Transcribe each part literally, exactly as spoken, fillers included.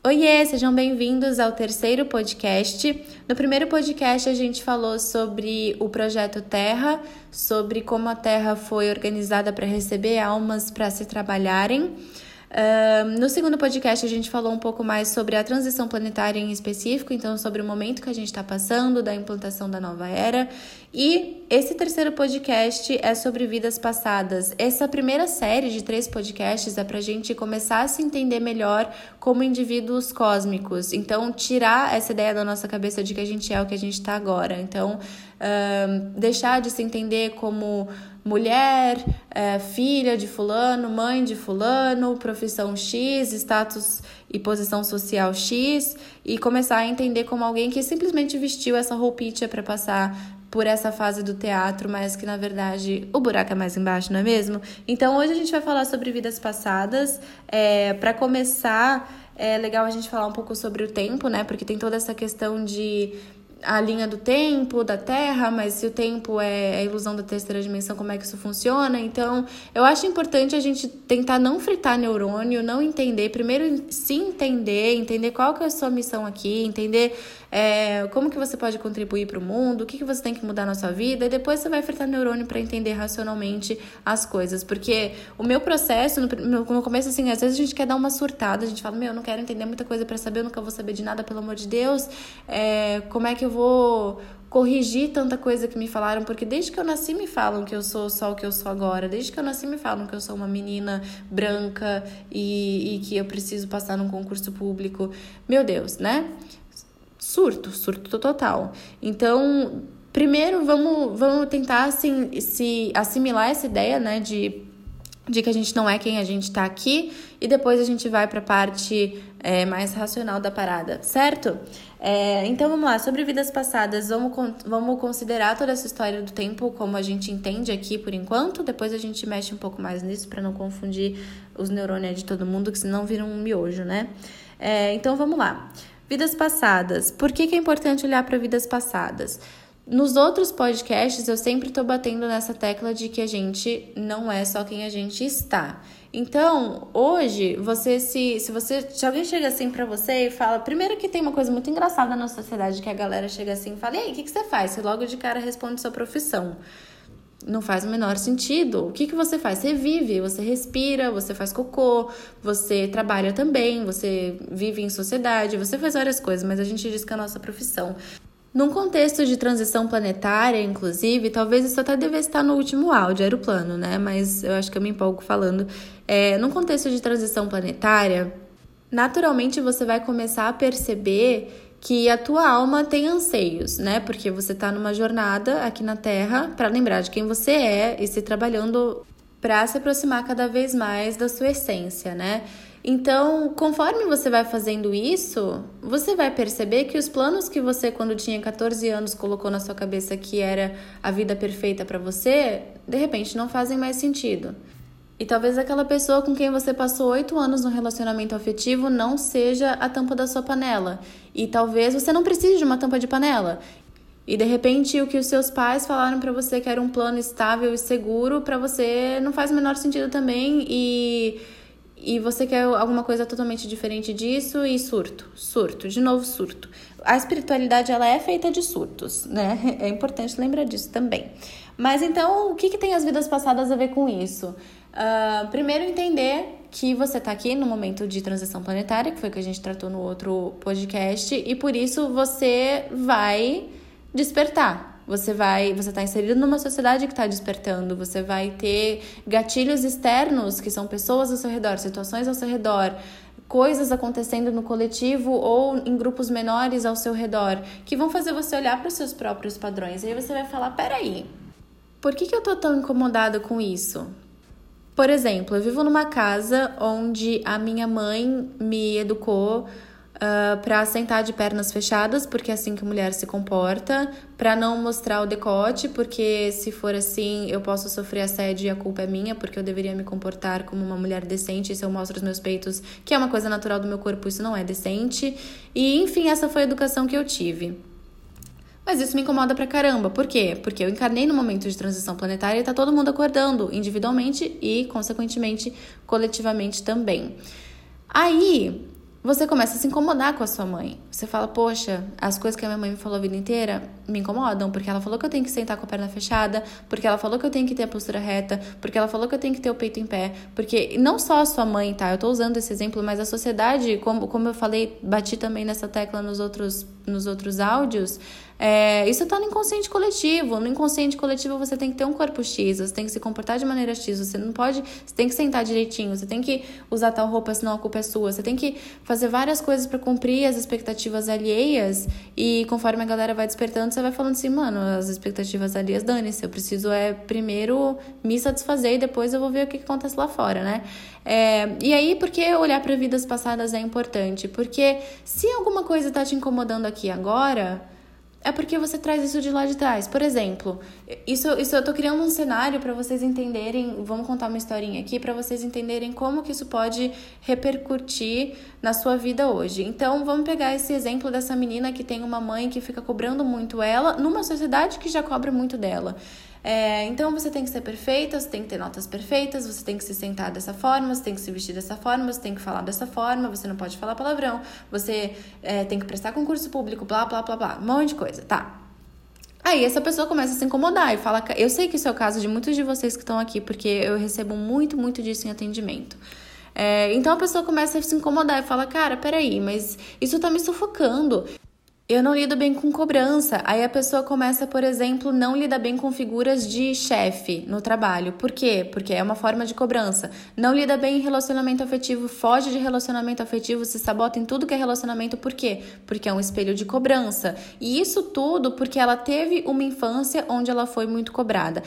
Oiê, sejam bem-vindos ao terceiro podcast. No primeiro podcast a gente falou sobre o projeto Terra, sobre como a Terra foi organizada para receber almas para se trabalharem. Uh, no segundo podcast a gente falou um pouco mais sobre a transição planetária em específico, então sobre o momento que a gente está passando, da implantação da nova era. E esse terceiro podcast é sobre vidas passadas. Essa primeira série de três podcasts é para a gente começar a se entender melhor como indivíduos cósmicos. Então, tirar essa ideia da nossa cabeça de que a gente é o que a gente está agora. Então, uh, deixar de se entender como mulher, é, filha de fulano, mãe de fulano, profissão X, status e posição social X, e começar a entender como alguém que simplesmente vestiu essa roupinha para passar por essa fase do teatro, mas que na verdade o buraco é mais embaixo, não é mesmo? Então hoje a gente vai falar sobre vidas passadas. É, para começar, é legal a gente falar um pouco sobre o tempo, né? Porque tem toda essa questão de a linha do tempo, da Terra, mas se o tempo é a ilusão da terceira dimensão, como é que isso funciona? Então, eu acho importante a gente tentar não fritar neurônio, não entender, primeiro se entender, entender qual que é a sua missão aqui, entender é, como que você pode contribuir para o mundo, o que, que você tem que mudar na sua vida, e depois você vai fritar neurônio para entender racionalmente as coisas, porque o meu processo, no, no começo, assim, às vezes a gente quer dar uma surtada, a gente fala, meu, eu não quero entender muita coisa para saber, eu nunca vou saber de nada, pelo amor de Deus, é, como é que eu vou corrigir tanta coisa que me falaram, porque desde que eu nasci me falam que eu sou só o que eu sou agora, desde que eu nasci me falam que eu sou uma menina branca e, e que eu preciso passar num concurso público, meu Deus, né? Surto, surto total. Então, primeiro vamos, vamos tentar assim, se assimilar essa ideia, né, de de que a gente não é quem a gente tá aqui, e depois a gente vai para a parte é, mais racional da parada, certo? É, então vamos lá, sobre vidas passadas, vamos, vamos considerar toda essa história do tempo como a gente entende aqui por enquanto, depois a gente mexe um pouco mais nisso para não confundir os neurônios de todo mundo, que senão viram um miojo, né? É, então vamos lá, vidas passadas, por que que é importante olhar para vidas passadas? Nos outros podcasts, eu sempre tô batendo nessa tecla de que a gente não é só quem a gente está. Então, hoje, você se, se você, se alguém chega assim pra você e fala... Primeiro que tem uma coisa muito engraçada na sociedade, que a galera chega assim e fala, e aí, o que, que você faz? Você logo de cara responde sua profissão. Não faz o menor sentido. O que, que você faz? Você vive, você respira, você faz cocô, você trabalha também, você vive em sociedade, você faz várias coisas, mas a gente diz que é a nossa profissão. Num contexto de transição planetária, inclusive, talvez isso até devesse estar no último áudio, era o plano, né? Mas eu acho que eu me empolgo falando. É, num contexto de transição planetária, naturalmente você vai começar a perceber que a tua alma tem anseios, né? Porque você está numa jornada aqui na Terra para lembrar de quem você é e se trabalhando para se aproximar cada vez mais da sua essência, né? Então, conforme você vai fazendo isso, você vai perceber que os planos que você, quando tinha catorze anos, colocou na sua cabeça que era a vida perfeita para você, de repente não fazem mais sentido. E talvez aquela pessoa com quem você passou oito anos no relacionamento afetivo não seja a tampa da sua panela. E talvez você não precise de uma tampa de panela. E de repente o que os seus pais falaram pra você que era um plano estável e seguro, pra você não faz o menor sentido também e... E você quer alguma coisa totalmente diferente disso e surto, surto, de novo surto. A espiritualidade, ela é feita de surtos, né? É importante lembrar disso também. Mas então, o que, que tem as vidas passadas a ver com isso? Uh, primeiro, entender que você está aqui no momento de transição planetária, que foi o que a gente tratou no outro podcast, e por isso você vai despertar. Você vai, você está inserido numa sociedade que está despertando, você vai ter gatilhos externos, que são pessoas ao seu redor, situações ao seu redor, coisas acontecendo no coletivo ou em grupos menores ao seu redor, que vão fazer você olhar para os seus próprios padrões. E aí você vai falar, peraí, por que que eu tô tão incomodada com isso? Por exemplo, eu vivo numa casa onde a minha mãe me educou Uh, para sentar de pernas fechadas, porque é assim que a mulher se comporta, para não mostrar o decote, porque se for assim eu posso sofrer assédio e a culpa é minha, porque eu deveria me comportar como uma mulher decente, e se eu mostro os meus peitos, que é uma coisa natural do meu corpo, isso não é decente. E enfim, essa foi a educação que eu tive. Mas isso me incomoda pra caramba. Por quê? Porque eu encarnei no momento de transição planetária e tá todo mundo acordando, individualmente e, consequentemente, coletivamente também. Aí... você começa a se incomodar com a sua mãe. Você fala, poxa, as coisas que a minha mãe me falou a vida inteira me incomodam, porque ela falou que eu tenho que sentar com a perna fechada, porque ela falou que eu tenho que ter a postura reta, porque ela falou que eu tenho que ter o peito em pé, porque não só a sua mãe, tá? Eu tô usando esse exemplo, mas a sociedade, como, como eu falei, bati também nessa tecla nos outros, nos outros áudios, é, isso tá no inconsciente coletivo. No inconsciente coletivo você tem que ter um corpo X, você tem que se comportar de maneira X, você não pode, você tem que sentar direitinho, você tem que usar tal roupa, senão a culpa é sua, você tem que fazer várias coisas para cumprir as expectativas alheias, e conforme a galera vai despertando, você vai falando assim, mano, as expectativas alheias, dane-se, eu preciso é primeiro me satisfazer e depois eu vou ver o que, que acontece lá fora, né? É, e aí, por que olhar para vidas passadas é importante? Porque se alguma coisa tá te incomodando aqui agora, é porque você traz isso de lá de trás. Por exemplo, isso, isso eu tô criando um cenário para vocês entenderem, vamos contar uma historinha aqui, para vocês entenderem como que isso pode repercutir na sua vida hoje. Então, vamos pegar esse exemplo dessa menina que tem uma mãe que fica cobrando muito ela, numa sociedade que já cobra muito dela. É, então, você tem que ser perfeita, você tem que ter notas perfeitas, você tem que se sentar dessa forma, você tem que se vestir dessa forma, você tem que falar dessa forma, você não pode falar palavrão, você é, tem que prestar concurso público, blá, blá, blá, blá, um monte de coisa, tá? Aí essa pessoa começa a se incomodar e fala... Eu sei que isso é o caso de muitos de vocês que estão aqui, porque eu recebo muito, muito disso em atendimento. É, então a pessoa começa a se incomodar e fala, cara, peraí, mas isso tá me sufocando. Eu não lido bem com cobrança. Aí a pessoa começa, por exemplo, não lidar bem com figuras de chefe no trabalho. Por quê? Porque é uma forma de cobrança. Não lida bem em relacionamento afetivo, foge de relacionamento afetivo, se sabota em tudo que é relacionamento. Por quê? Porque é um espelho de cobrança. E isso tudo porque ela teve uma infância onde ela foi muito cobrada.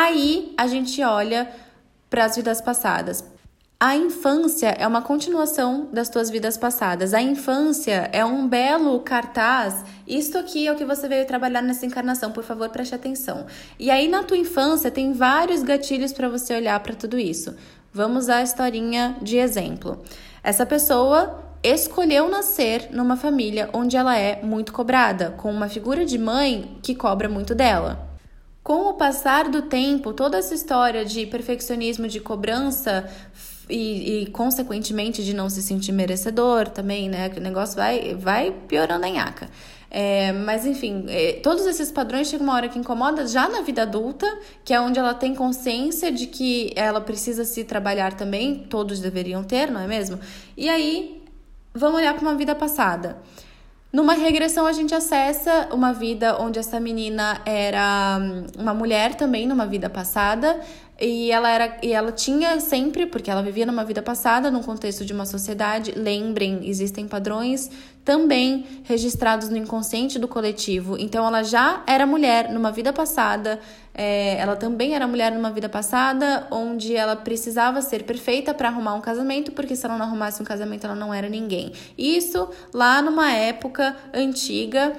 Aí a gente olha para as vidas passadas. A infância é uma continuação das tuas vidas passadas. A infância é um belo cartaz. Isto aqui é o que você veio trabalhar nessa encarnação. Por favor, preste atenção. E aí, na tua infância, tem vários gatilhos para você olhar para tudo isso. Vamos usar a historinha de exemplo. Essa pessoa escolheu nascer numa família onde ela é muito cobrada, com uma figura de mãe que cobra muito dela. Com o passar do tempo, toda essa história de perfeccionismo, de cobrança... E, e, consequentemente, de não se sentir merecedor também, né? Que o negócio vai, vai piorando a nhaca. É, mas, enfim, é, todos esses padrões chegam uma hora que incomoda já na vida adulta, que é onde ela tem consciência de que ela precisa se trabalhar também, todos deveriam ter, não é mesmo? E aí, vamos olhar para uma vida passada. Numa regressão, a gente acessa uma vida onde essa menina era uma mulher também, numa vida passada, e ela, era, e ela tinha sempre, porque ela vivia numa vida passada, num contexto de uma sociedade, lembrem, existem padrões também registrados no inconsciente do coletivo. Então, ela já era mulher numa vida passada, é, ela também era mulher numa vida passada, onde ela precisava ser perfeita para arrumar um casamento, porque se ela não arrumasse um casamento, ela não era ninguém. Isso lá numa época antiga,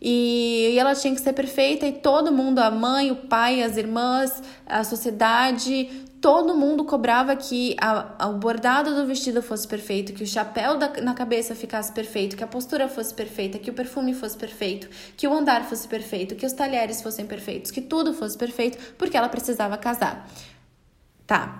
e, e ela tinha que ser perfeita, e todo mundo, a mãe, o pai, as irmãs, a sociedade, todo mundo cobrava que a, a, o bordado do vestido fosse perfeito, que o chapéu da, na cabeça ficasse perfeito, que a postura fosse perfeita, que o perfume fosse perfeito, que o andar fosse perfeito, que os talheres fossem perfeitos, que tudo fosse perfeito, porque ela precisava casar. Tá.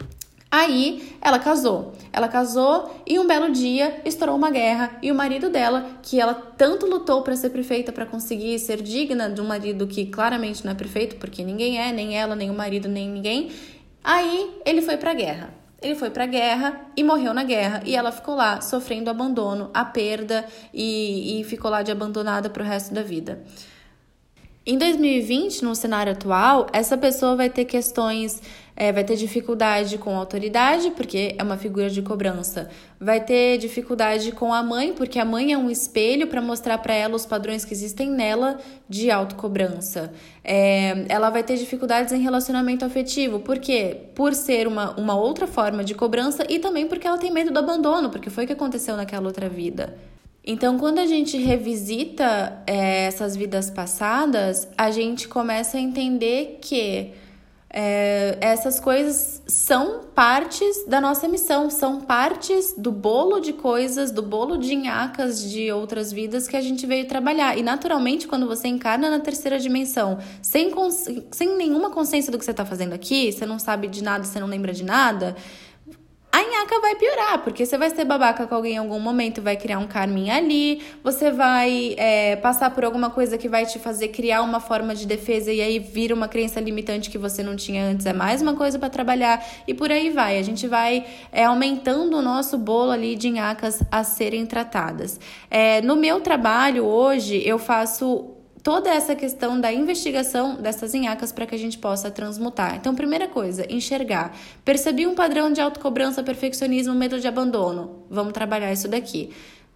Aí, ela casou. Ela casou e um belo dia estourou uma guerra e o marido dela, que ela tanto lutou para ser perfeita, para conseguir ser digna de um marido que claramente não é perfeito, porque ninguém é, nem ela, nem o marido, nem ninguém. Aí, ele foi pra guerra. Ele foi pra guerra e morreu na guerra. E ela ficou lá, sofrendo abandono, a perda, e, e ficou lá de abandonada pro resto da vida. Em dois mil e vinte, no cenário atual, essa pessoa vai ter questões, é, vai ter dificuldade com a autoridade, porque é uma figura de cobrança. Vai ter dificuldade com a mãe, porque a mãe é um espelho para mostrar para ela os padrões que existem nela de autocobrança. É, ela vai ter dificuldades em relacionamento afetivo. Por quê? Por ser uma, uma outra forma de cobrança e também porque ela tem medo do abandono, porque foi o que aconteceu naquela outra vida. Então, quando a gente revisita é, essas vidas passadas, a gente começa a entender que é, essas coisas são partes da nossa missão, são partes do bolo de coisas, do bolo de nhacas de outras vidas que a gente veio trabalhar. E, naturalmente, quando você encarna na terceira dimensão, sem, cons- sem nenhuma consciência do que você está fazendo aqui, você não sabe de nada, você não lembra de nada... a nhaca vai piorar, porque você vai ser babaca com alguém em algum momento, vai criar um karminha ali, você vai é, passar por alguma coisa que vai te fazer criar uma forma de defesa e aí vira uma crença limitante que você não tinha antes, é mais uma coisa para trabalhar e por aí vai. A gente vai é, aumentando o nosso bolo ali de nhacas a serem tratadas. É, no meu trabalho hoje, eu faço toda essa questão da investigação dessas nhacas para que a gente possa transmutar. Então, primeira coisa, enxergar. Percebi um padrão de autocobrança, perfeccionismo, medo de abandono. Vamos trabalhar isso daqui.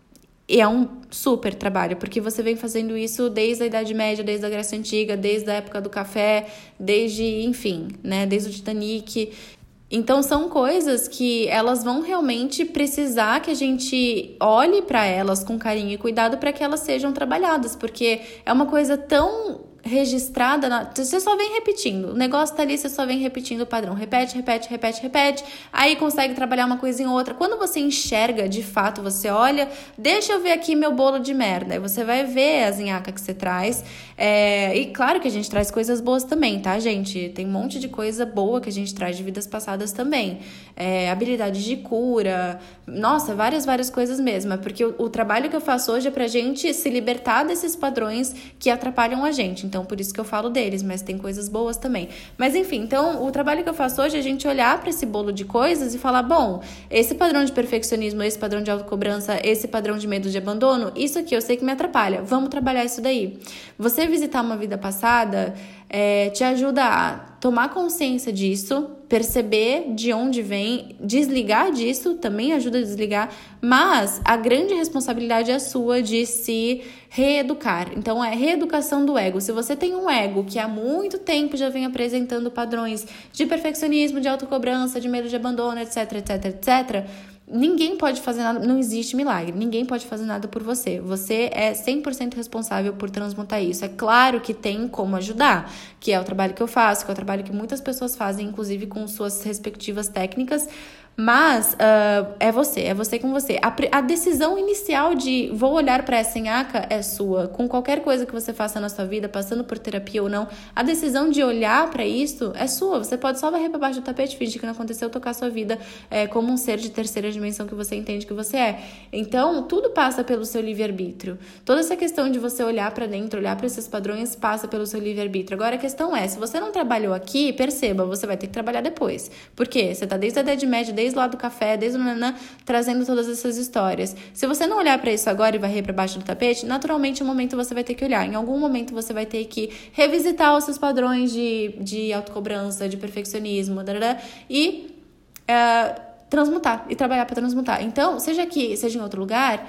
E é um super trabalho, porque você vem fazendo isso desde a Idade Média, desde a Grécia Antiga, desde a época do café, desde, enfim, né, desde o Titanic. Então, são coisas que elas vão realmente precisar que a gente olhe para elas com carinho e cuidado para que elas sejam trabalhadas, porque é uma coisa tão registrada, na... você só vem repetindo, o negócio tá ali, você só vem repetindo o padrão, repete, repete, repete, repete, aí consegue trabalhar uma coisa em outra. Quando você enxerga, de fato, você olha, deixa eu ver aqui meu bolo de merda, aí você vai ver as nhacas que você traz, é... e claro que a gente traz coisas boas também, tá, gente? Tem um monte de coisa boa que a gente traz de vidas passadas também, é... habilidades de cura, nossa, várias, várias coisas mesmo, porque o, o trabalho que eu faço hoje é pra gente se libertar desses padrões que atrapalham a gente. Então, por isso que eu falo deles, mas tem coisas boas também. Mas, enfim, então, o trabalho que eu faço hoje é a gente olhar para esse bolo de coisas e falar, bom, esse padrão de perfeccionismo, esse padrão de autocobrança, esse padrão de medo de abandono, isso aqui eu sei que me atrapalha. Vamos trabalhar isso daí. Você visitar uma vida passada é, te ajuda a tomar consciência disso, perceber de onde vem, desligar disso, também ajuda a desligar, mas a grande responsabilidade é sua de se reeducar. Então, é reeducação do ego. Se você tem um ego que há muito tempo já vem apresentando padrões de perfeccionismo, de autocobrança, de medo de abandono, etc, etc, etcétera, ninguém pode fazer nada, não existe milagre, ninguém pode fazer nada por você. Você é cem por cento responsável por transmutar isso. É claro que tem como ajudar, que é o trabalho que eu faço, que é o trabalho que muitas pessoas fazem, inclusive com suas respectivas técnicas, mas uh, é você, é você com você. A, a decisão inicial de vou olhar para essa nhaca é sua. Com qualquer coisa que você faça na sua vida, passando por terapia ou não, a decisão de olhar para isso é sua. Você pode só varrer para baixo do tapete, fingir que não aconteceu, tocar sua vida é, como um ser de terceira dimensão que você entende que você é. Então, tudo passa pelo seu livre-arbítrio. Toda essa questão de você olhar para dentro, olhar para esses padrões, passa pelo seu livre-arbítrio. Agora, a questão é, se você não trabalhou aqui, perceba, você vai ter que trabalhar depois. Por quê? Você tá desde a Idade Média, desde lá do café, desde o nanã, trazendo todas essas histórias. Se você não olhar para isso agora e varrer para baixo do tapete, naturalmente, em um momento você vai ter que olhar. Em algum momento você vai ter que revisitar os seus padrões de, de autocobrança, de perfeccionismo, darará, e uh, transmutar, e trabalhar para transmutar. Então, seja aqui, seja em outro lugar,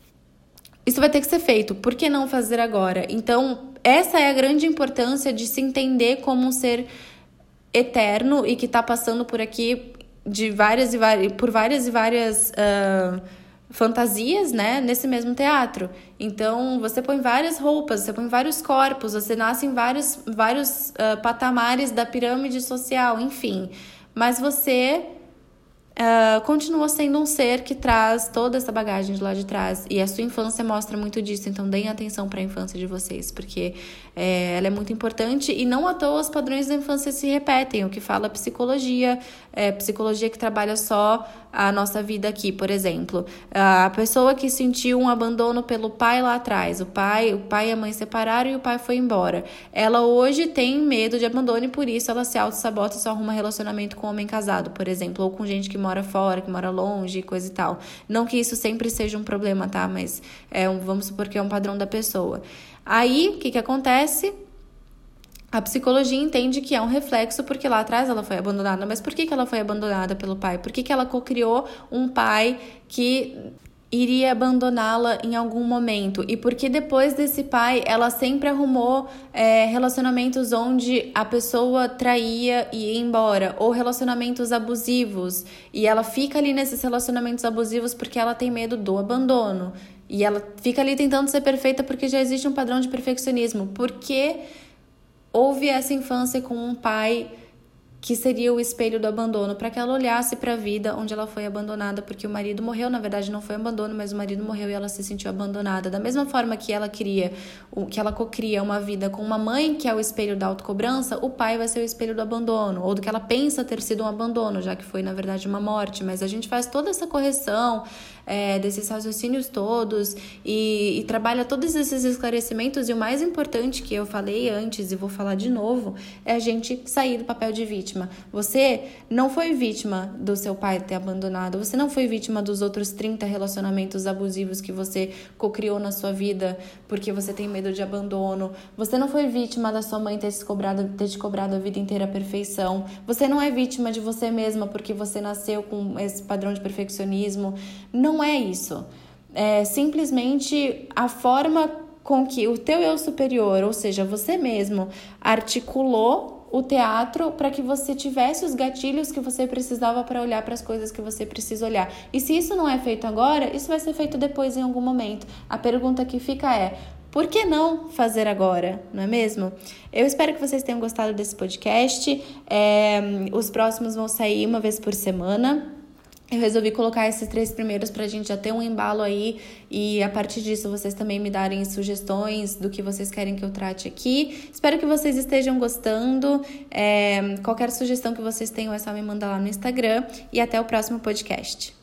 isso vai ter que ser feito. Por que não fazer agora? Então, essa é a grande importância de se entender como um ser eterno e que está passando por aqui de várias e várias, por várias e várias uh, fantasias, né, nesse mesmo teatro. Então, você põe várias roupas, você põe vários corpos, você nasce em vários, vários uh, patamares da pirâmide social, enfim. Mas você uh, continua sendo um ser que traz toda essa bagagem de lá de trás. E a sua infância mostra muito disso, então deem atenção para a infância de vocês, porque é, ela é muito importante e não à toa os padrões da infância se repetem, o que fala a psicologia, é, psicologia que trabalha só a nossa vida aqui, por exemplo. A pessoa que sentiu um abandono pelo pai lá atrás, o pai, o pai e a mãe separaram e o pai foi embora. Ela hoje tem medo de abandono e por isso ela se auto-sabota e só arruma relacionamento com um homem casado, por exemplo, ou com gente que mora fora, que mora longe, coisa e tal. Não que isso sempre seja um problema, tá? Mas é um, vamos supor que é um padrão da pessoa. Aí, o que que acontece? A psicologia entende que é um reflexo porque lá atrás ela foi abandonada. Mas por que que ela foi abandonada pelo pai? Por que que ela cocriou um pai que iria abandoná-la em algum momento? E porque depois desse pai ela sempre arrumou é, relacionamentos onde a pessoa traía e ia embora, ou relacionamentos abusivos, e ela fica ali nesses relacionamentos abusivos porque ela tem medo do abandono, e ela fica ali tentando ser perfeita porque já existe um padrão de perfeccionismo, porque houve essa infância com um pai que seria o espelho do abandono, para que ela olhasse para a vida onde ela foi abandonada, porque o marido morreu, na verdade não foi abandono, mas o marido morreu e ela se sentiu abandonada. Da mesma forma que ela cria, que ela cocria uma vida com uma mãe que é o espelho da autocobrança, o pai vai ser o espelho do abandono, ou do que ela pensa ter sido um abandono, já que foi na verdade uma morte. Mas a gente faz toda essa correção é, desses raciocínios todos e, e trabalha todos esses esclarecimentos, e o mais importante que eu falei antes e vou falar de novo, é a gente sair do papel de vítima. Você não foi vítima do seu pai ter abandonado, você não foi vítima dos outros trinta relacionamentos abusivos que você cocriou na sua vida porque você tem medo de abandono, você não foi vítima da sua mãe ter te cobrado, ter te cobrado a vida inteira a perfeição, você não é vítima de você mesma porque você nasceu com esse padrão de perfeccionismo. Não é isso. É simplesmente a forma com que o teu eu superior, ou seja, você mesmo, articulou o teatro para que você tivesse os gatilhos que você precisava para olhar para as coisas que você precisa olhar. E se isso não é feito agora, isso vai ser feito depois em algum momento. A pergunta que fica é: por que não fazer agora, não é mesmo? Eu espero que vocês tenham gostado desse podcast. É, os próximos vão sair uma vez por semana. Eu resolvi colocar esses três primeiros pra gente já ter um embalo aí, e a partir disso vocês também me darem sugestões do que vocês querem que eu trate aqui. Espero que vocês estejam gostando. É, qualquer sugestão que vocês tenham é só me mandar lá no Instagram, e até o próximo podcast.